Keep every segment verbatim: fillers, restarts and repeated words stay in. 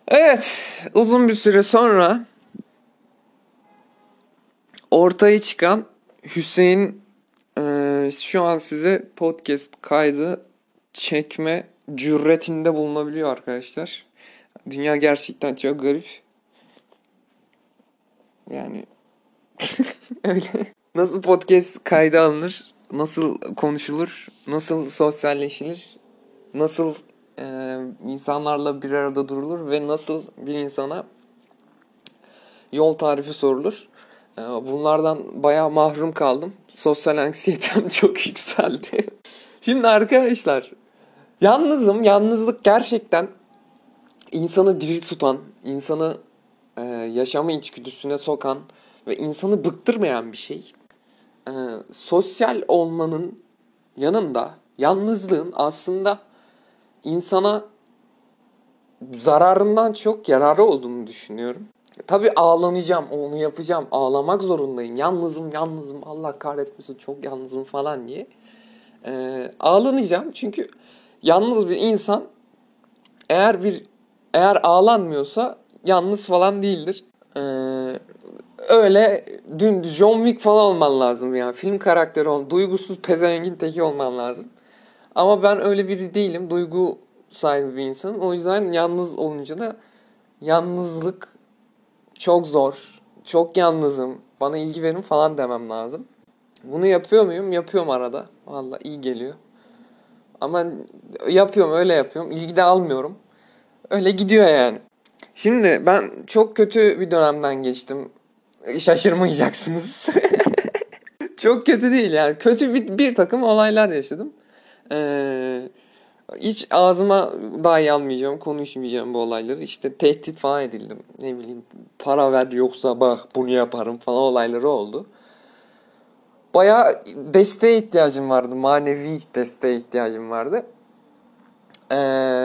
Evet, uzun bir süre sonra ortaya çıkan Hüseyin eee, şu an size podcast kaydı çekme cüretinde bulunabiliyor arkadaşlar. Dünya gerçekten çok garip. Yani öyle. Nasıl podcast kaydı alınır? Nasıl konuşulur? Nasıl sosyalleşilir? Nasıl eee, insanlarla bir arada durulur ve nasıl bir insana yol tarifi sorulur? Ee, Bunlardan bayağı mahrum kaldım. Sosyal anksiyetem çok yükseldi. Şimdi arkadaşlar, yalnızım. Yalnızlık gerçekten insanı diri tutan, insanı e, yaşama içgüdüsüne sokan ve insanı bıktırmayan bir şey. E, sosyal olmanın yanında yalnızlığın aslında insana zararından çok yararı olduğunu düşünüyorum. Tabii ağlanacağım, onu yapacağım, ağlamak zorundayım. Yalnızım, yalnızım, Allah kahretmesin çok yalnızım falan diye. Ee, ağlanacağım çünkü yalnız bir insan eğer bir eğer ağlanmıyorsa yalnız falan değildir. Ee, öyle dün John Wick falan olman lazım yani. Film karakteri ol, duygusuz pezevengin teki olman lazım. Ama ben öyle biri değilim. Duygu sahibi bir insanım. O yüzden yalnız olunca da yalnızlık çok zor. Çok yalnızım. Bana ilgi verin falan demem lazım. Bunu yapıyor muyum? Yapıyorum arada. Vallahi iyi geliyor. Ama yapıyorum, öyle yapıyorum. İlgi de almıyorum. Öyle gidiyor yani. Şimdi ben çok kötü bir dönemden geçtim. Şaşırmayacaksınız. Çok kötü değil yani. Kötü bir, bir takım olaylar yaşadım. Ee, hiç ağzıma dahi almayacağım, konuşmayacağım bu olayları. İşte tehdit falan edildim. Ne bileyim, para ver yoksa bak bunu yaparım falan olayları oldu. Bayağı desteğe ihtiyacım vardı. Manevi desteğe ihtiyacım vardı. Ee,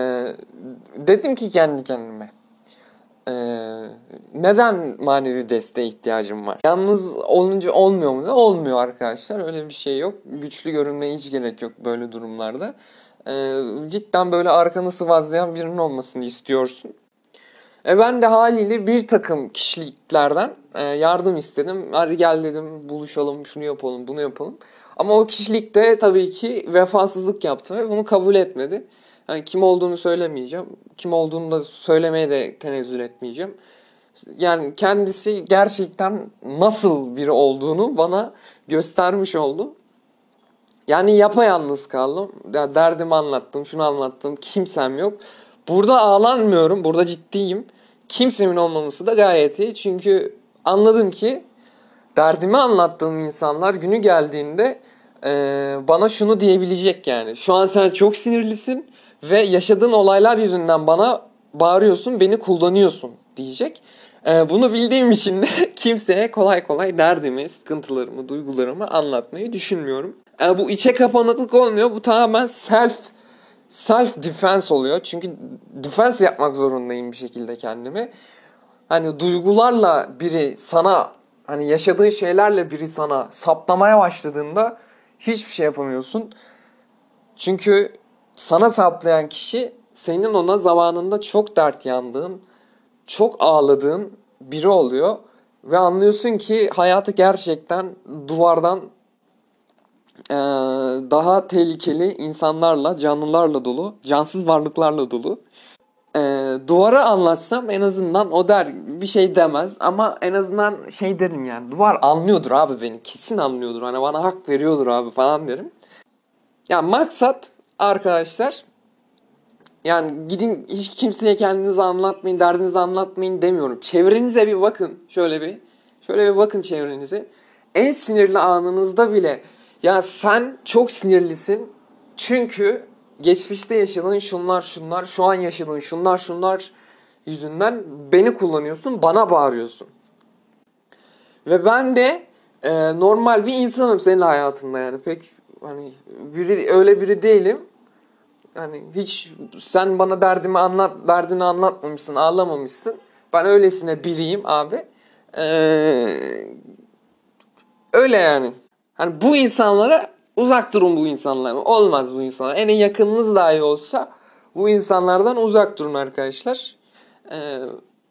dedim ki kendi kendime. Ee, neden manevi desteğe ihtiyacım var? Yalnız olunca olmuyor mu? Olmuyor arkadaşlar. Öyle bir şey yok. Güçlü görünmeye hiç gerek yok böyle durumlarda. Ee, cidden böyle arkanı sıvazlayan birinin olmasını istiyorsun. E ben de haliyle bir takım kişiliklerden e, yardım istedim. Hadi gel dedim, buluşalım, şunu yapalım, bunu yapalım. Ama o kişilik de tabii ki vefasızlık yaptı ve bunu kabul etmedi. Yani kim olduğunu söylemeyeceğim. Kim olduğunu da söylemeye de tenezzül etmeyeceğim. Yani kendisi gerçekten nasıl biri olduğunu bana göstermiş oldu. Yani yapayalnız kaldım. Ya derdimi anlattım, şunu anlattım. Kimsem yok. Burada ağlanmıyorum. Burada ciddiyim. Kimsemin olmaması da gayet iyi. Çünkü anladım ki derdimi anlattığım insanlar günü geldiğinde e, bana şunu diyebilecek yani. Şu an sen çok sinirlisin ve yaşadığın olaylar yüzünden bana bağırıyorsun, beni kullanıyorsun diyecek. E, bunu bildiğim için de kimseye kolay kolay derdimi, sıkıntılarımı, duygularımı anlatmayı düşünmüyorum. E, bu içe kapanıklık olmuyor. Bu tamamen self self defense oluyor. Çünkü defense yapmak zorundayım bir şekilde kendimi. Hani duygularla biri sana, hani yaşadığın şeylerle biri sana saplamaya başladığında hiçbir şey yapamıyorsun. Çünkü sana saplayan kişi senin ona zamanında çok dert yandığın, çok ağladığın biri oluyor. Ve anlıyorsun ki hayatı gerçekten duvardan ee, daha tehlikeli insanlarla, canlılarla dolu, cansız varlıklarla dolu. Ee, duvara anlatsam en azından o der, bir şey demez ama en azından şey derim yani, duvar anlıyordur abi beni, kesin anlıyordur, hani bana hak veriyordur abi falan derim. Yani maksat arkadaşlar, yani gidin hiç kimseye kendinizi anlatmayın, derdinizi anlatmayın demiyorum. Çevrenize bir bakın, şöyle bir şöyle bir bakın çevrenize. En sinirli anınızda bile ya sen çok sinirlisin çünkü geçmişte yaşadığın şunlar şunlar, şu an yaşadığın şunlar şunlar yüzünden beni kullanıyorsun, bana bağırıyorsun. Ve ben de e, normal bir insanım senin hayatında, yani pek hani biri, öyle biri değilim. Hani hiç sen bana derdimi anlat, derdini anlatmamışsın, ağlamamışsın. Ben öylesine biriyim abi. Ee, öyle yani. Hani bu insanlara uzak durun, bu insanlar. Olmaz bu insanlar. En yakınınız dahi olsa bu insanlardan uzak durun arkadaşlar. Ee,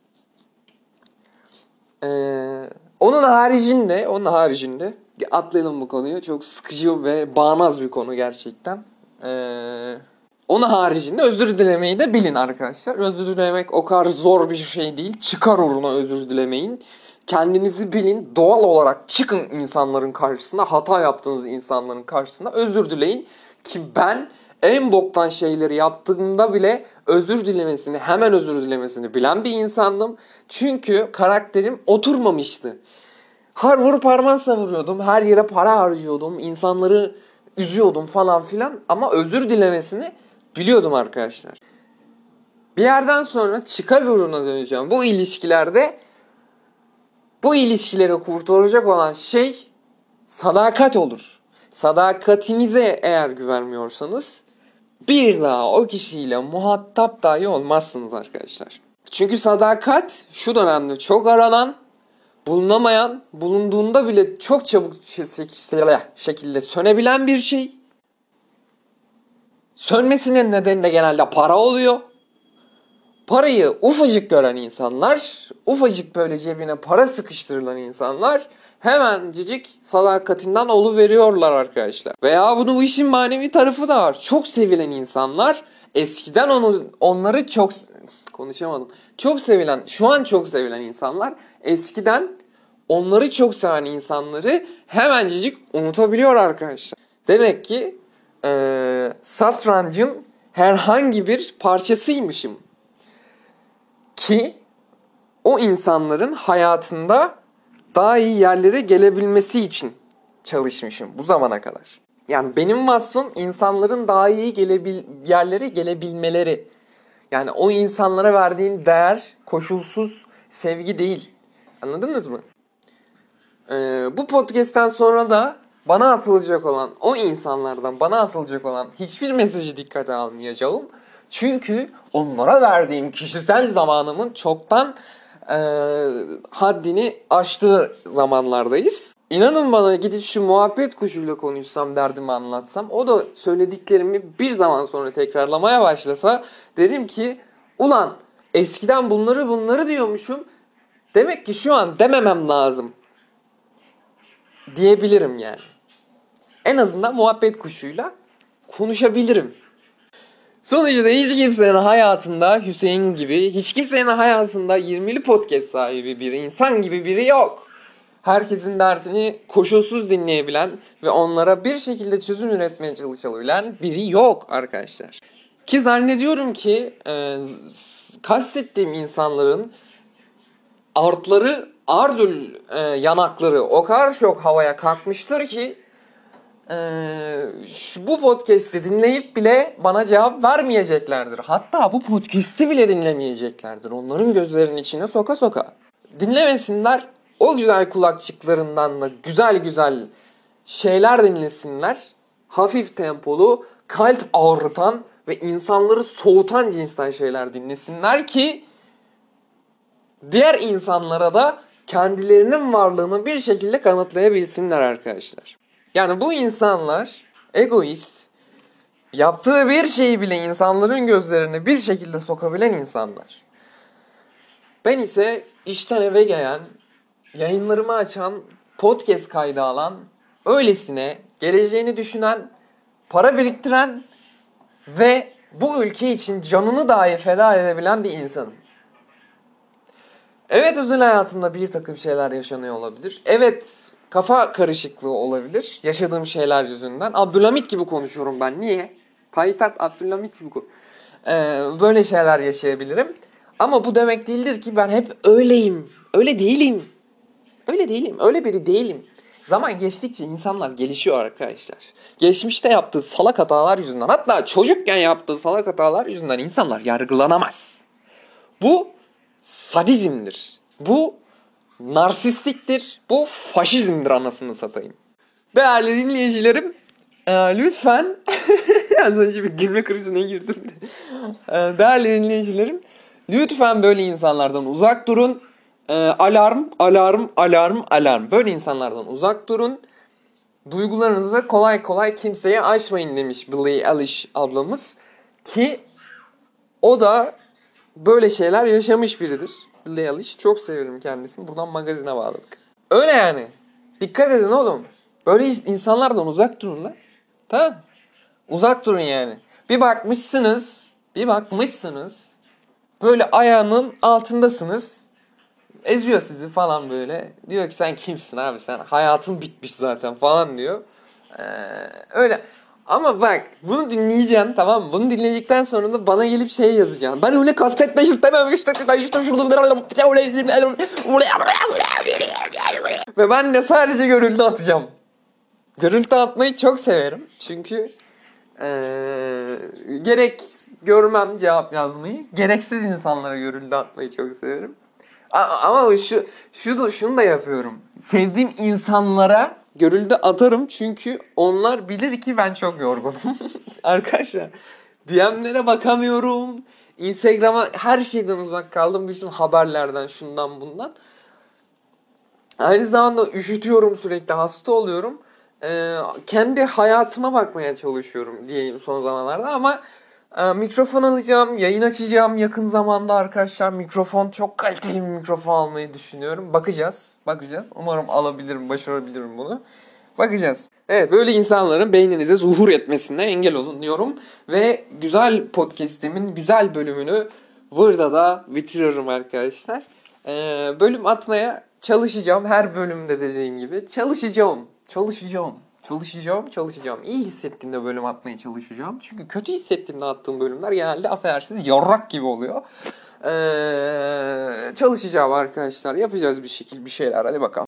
e, onun haricinde, onun haricinde atlayalım bu konuyu. Çok sıkıcı ve bağnaz bir konu gerçekten. Ee, onun haricinde özür dilemeyi de bilin arkadaşlar. Özür dilemek o kadar zor bir şey değil. Çıkar uğruna özür dilemeyin. Kendinizi bilin. Doğal olarak çıkın insanların karşısına. Hata yaptığınız insanların karşısına özür dileyin. Ki ben en boktan şeyleri yaptığımda bile özür dilemesini, hemen özür dilemesini bilen bir insandım. Çünkü karakterim oturmamıştı. Har vurup harman savuruyordum. Her yere para harcıyordum. İnsanları üzüyordum falan filan. Ama özür dilemesini biliyordum arkadaşlar. Bir yerden sonra çıkar uğruna döneceğim. Bu ilişkilerde bu ilişkileri kurtaracak olan şey sadakat olur. Sadakatinize eğer güvenmiyorsanız bir daha o kişiyle muhatap dahi olmazsınız arkadaşlar. Çünkü sadakat şu dönemde çok aranan, bulunamayan, bulunduğunda bile çok çabuk şekilde sönebilen bir şey. Sönmesinin nedeni de genelde para oluyor. Parayı ufacık gören insanlar, ufacık böyle cebine para sıkıştırılan insanlar hemencecik sadakatinden oluveriyorlar arkadaşlar. Veya bunu bu işin manevi tarafı da var. Çok sevilen insanlar eskiden onu onları çok konuşamadım. Çok sevilen, şu an çok sevilen insanlar eskiden onları çok seven insanları hemencecik unutabiliyor arkadaşlar. Demek ki ee, satrancın herhangi bir parçasıymışım. Ki o insanların hayatında daha iyi yerlere gelebilmesi için çalışmışım bu zamana kadar. Yani benim vasfım insanların daha iyi gelebil yerlere gelebilmeleri. Yani o insanlara verdiğim değer koşulsuz sevgi değil. Anladınız mı? Ee, bu podcast'ten sonra da bana atılacak olan o insanlardan bana atılacak olan hiçbir mesajı dikkate almayacağım. Çünkü onlara verdiğim kişisel zamanımın çoktan e, haddini aştığı zamanlardayız. İnanın bana gidip şu muhabbet kuşuyla konuşsam, derdimi anlatsam, o da söylediklerimi bir zaman sonra tekrarlamaya başlasa derim ki ulan eskiden bunları bunları diyormuşum, demek ki şu an dememem lazım diyebilirim yani. En azından muhabbet kuşuyla konuşabilirim. Sonuçta hiç kimsenin hayatında Hüseyin gibi, hiç kimsenin hayatında yirmili podcast sahibi bir insan gibi biri yok. Herkesin derdini koşulsuz dinleyebilen ve onlara bir şekilde çözüm üretmeye çalışabilen biri yok arkadaşlar. Ki zannediyorum ki e, kastettiğim insanların artları, ardül e, yanakları o kadar çok havaya kalkmıştır ki Ee, şu, bu podcast'i dinleyip bile bana cevap vermeyeceklerdir. Hatta bu podcast'i bile dinlemeyeceklerdir. Onların gözlerinin içine soka soka. Dinlemesinler. O güzel kulakçıklarından da güzel güzel şeyler dinlesinler. Hafif tempolu, kalp ağrıtan ve insanları soğutan cinsten şeyler dinlesinler ki diğer insanlara da kendilerinin varlığını bir şekilde kanıtlayabilsinler arkadaşlar. Yani bu insanlar egoist, yaptığı bir şeyi bile insanların gözlerine bir şekilde sokabilen insanlar. Ben ise işten eve gelen, yayınlarımı açan, podcast kaydı alan, öylesine geleceğini düşünen, para biriktiren ve bu ülke için canını dahi feda edebilen bir insanım. Evet, özel hayatımda bir takım şeyler yaşanıyor olabilir. Evet, kafa karışıklığı olabilir yaşadığım şeyler yüzünden. Abdülhamit gibi konuşuyorum ben. Niye? Payitaht Abdülhamit gibi ee, böyle şeyler yaşayabilirim. Ama bu demek değildir ki ben hep öyleyim. Öyle değilim. Öyle değilim. Öyle biri değilim. Zaman geçtikçe insanlar gelişiyor arkadaşlar. Geçmişte yaptığı salak hatalar yüzünden, hatta çocukken yaptığı salak hatalar yüzünden insanlar yargılanamaz. Bu sadizmdir. Bu narsistliktir. Bu faşizmdir anasını satayım. Değerli dinleyicilerim, e, lütfen az önce bir gülme krizine girdim de. E, değerli dinleyicilerim, lütfen böyle insanlardan uzak durun. E, alarm, alarm, alarm, alarm. Böyle insanlardan uzak durun. Duygularınızı kolay kolay kimseye açmayın demiş Billie Eilish ablamız. Ki o da böyle şeyler yaşamış biridir. Billie Eilish. Çok severim kendisini. Buradan magazine bağladık. Öyle yani. Dikkat edin oğlum. Böyle insanlardan uzak durun lan. Tamam. Uzak durun yani. Bir bakmışsınız. Bir bakmışsınız. Böyle ayağının altındasınız. Eziyor sizi falan böyle. Diyor ki sen kimsin abi, sen hayatın bitmiş zaten falan diyor. Ee, öyle. Ama bak bunu dinleyeceksin, tamam mı? Bunu dinledikten sonra da bana gelip şey yazacaksın. Ben öyle kastetmek istememiştim. İşte ve ben de sadece görüntü atacağım. Görüntü atmayı çok severim. Çünkü ee, gerek görmem cevap yazmayı, gereksiz insanlara görüntü atmayı çok severim. Ama şu, şu da, şunu da yapıyorum. Sevdiğim insanlara görüldü atarım çünkü onlar bilir ki ben çok yorgunum. Arkadaşlar D M'lere bakamıyorum. Instagram'a her şeyden uzak kaldım. Bütün haberlerden, şundan bundan. Aynı zamanda üşütüyorum sürekli, hasta oluyorum. Ee, kendi hayatıma bakmaya çalışıyorum diyeyim son zamanlarda ama e, mikrofon alacağım, yayın açacağım yakın zamanda arkadaşlar. Mikrofon, çok kaliteli bir mikrofon almayı düşünüyorum. Bakacağız, bakacağız. Umarım alabilirim, başarabilirim bunu. Bakacağız. Evet, böyle insanların beyninize zuhur etmesine engel olun diyorum. Ve güzel podcast'imin güzel bölümünü burada da bitiriyorum arkadaşlar. Ee, bölüm atmaya çalışacağım. Her bölümde dediğim gibi. Çalışacağım. Çalışacağım. Çalışacağım. Çalışacağım. İyi hissettiğimde bölüm atmaya çalışacağım. Çünkü kötü hissettiğimde attığım bölümler genelde affedersiniz yarrak gibi oluyor. Ee, çalışacağım arkadaşlar. Yapacağız bir şekil bir şeyler. Hadi bakalım.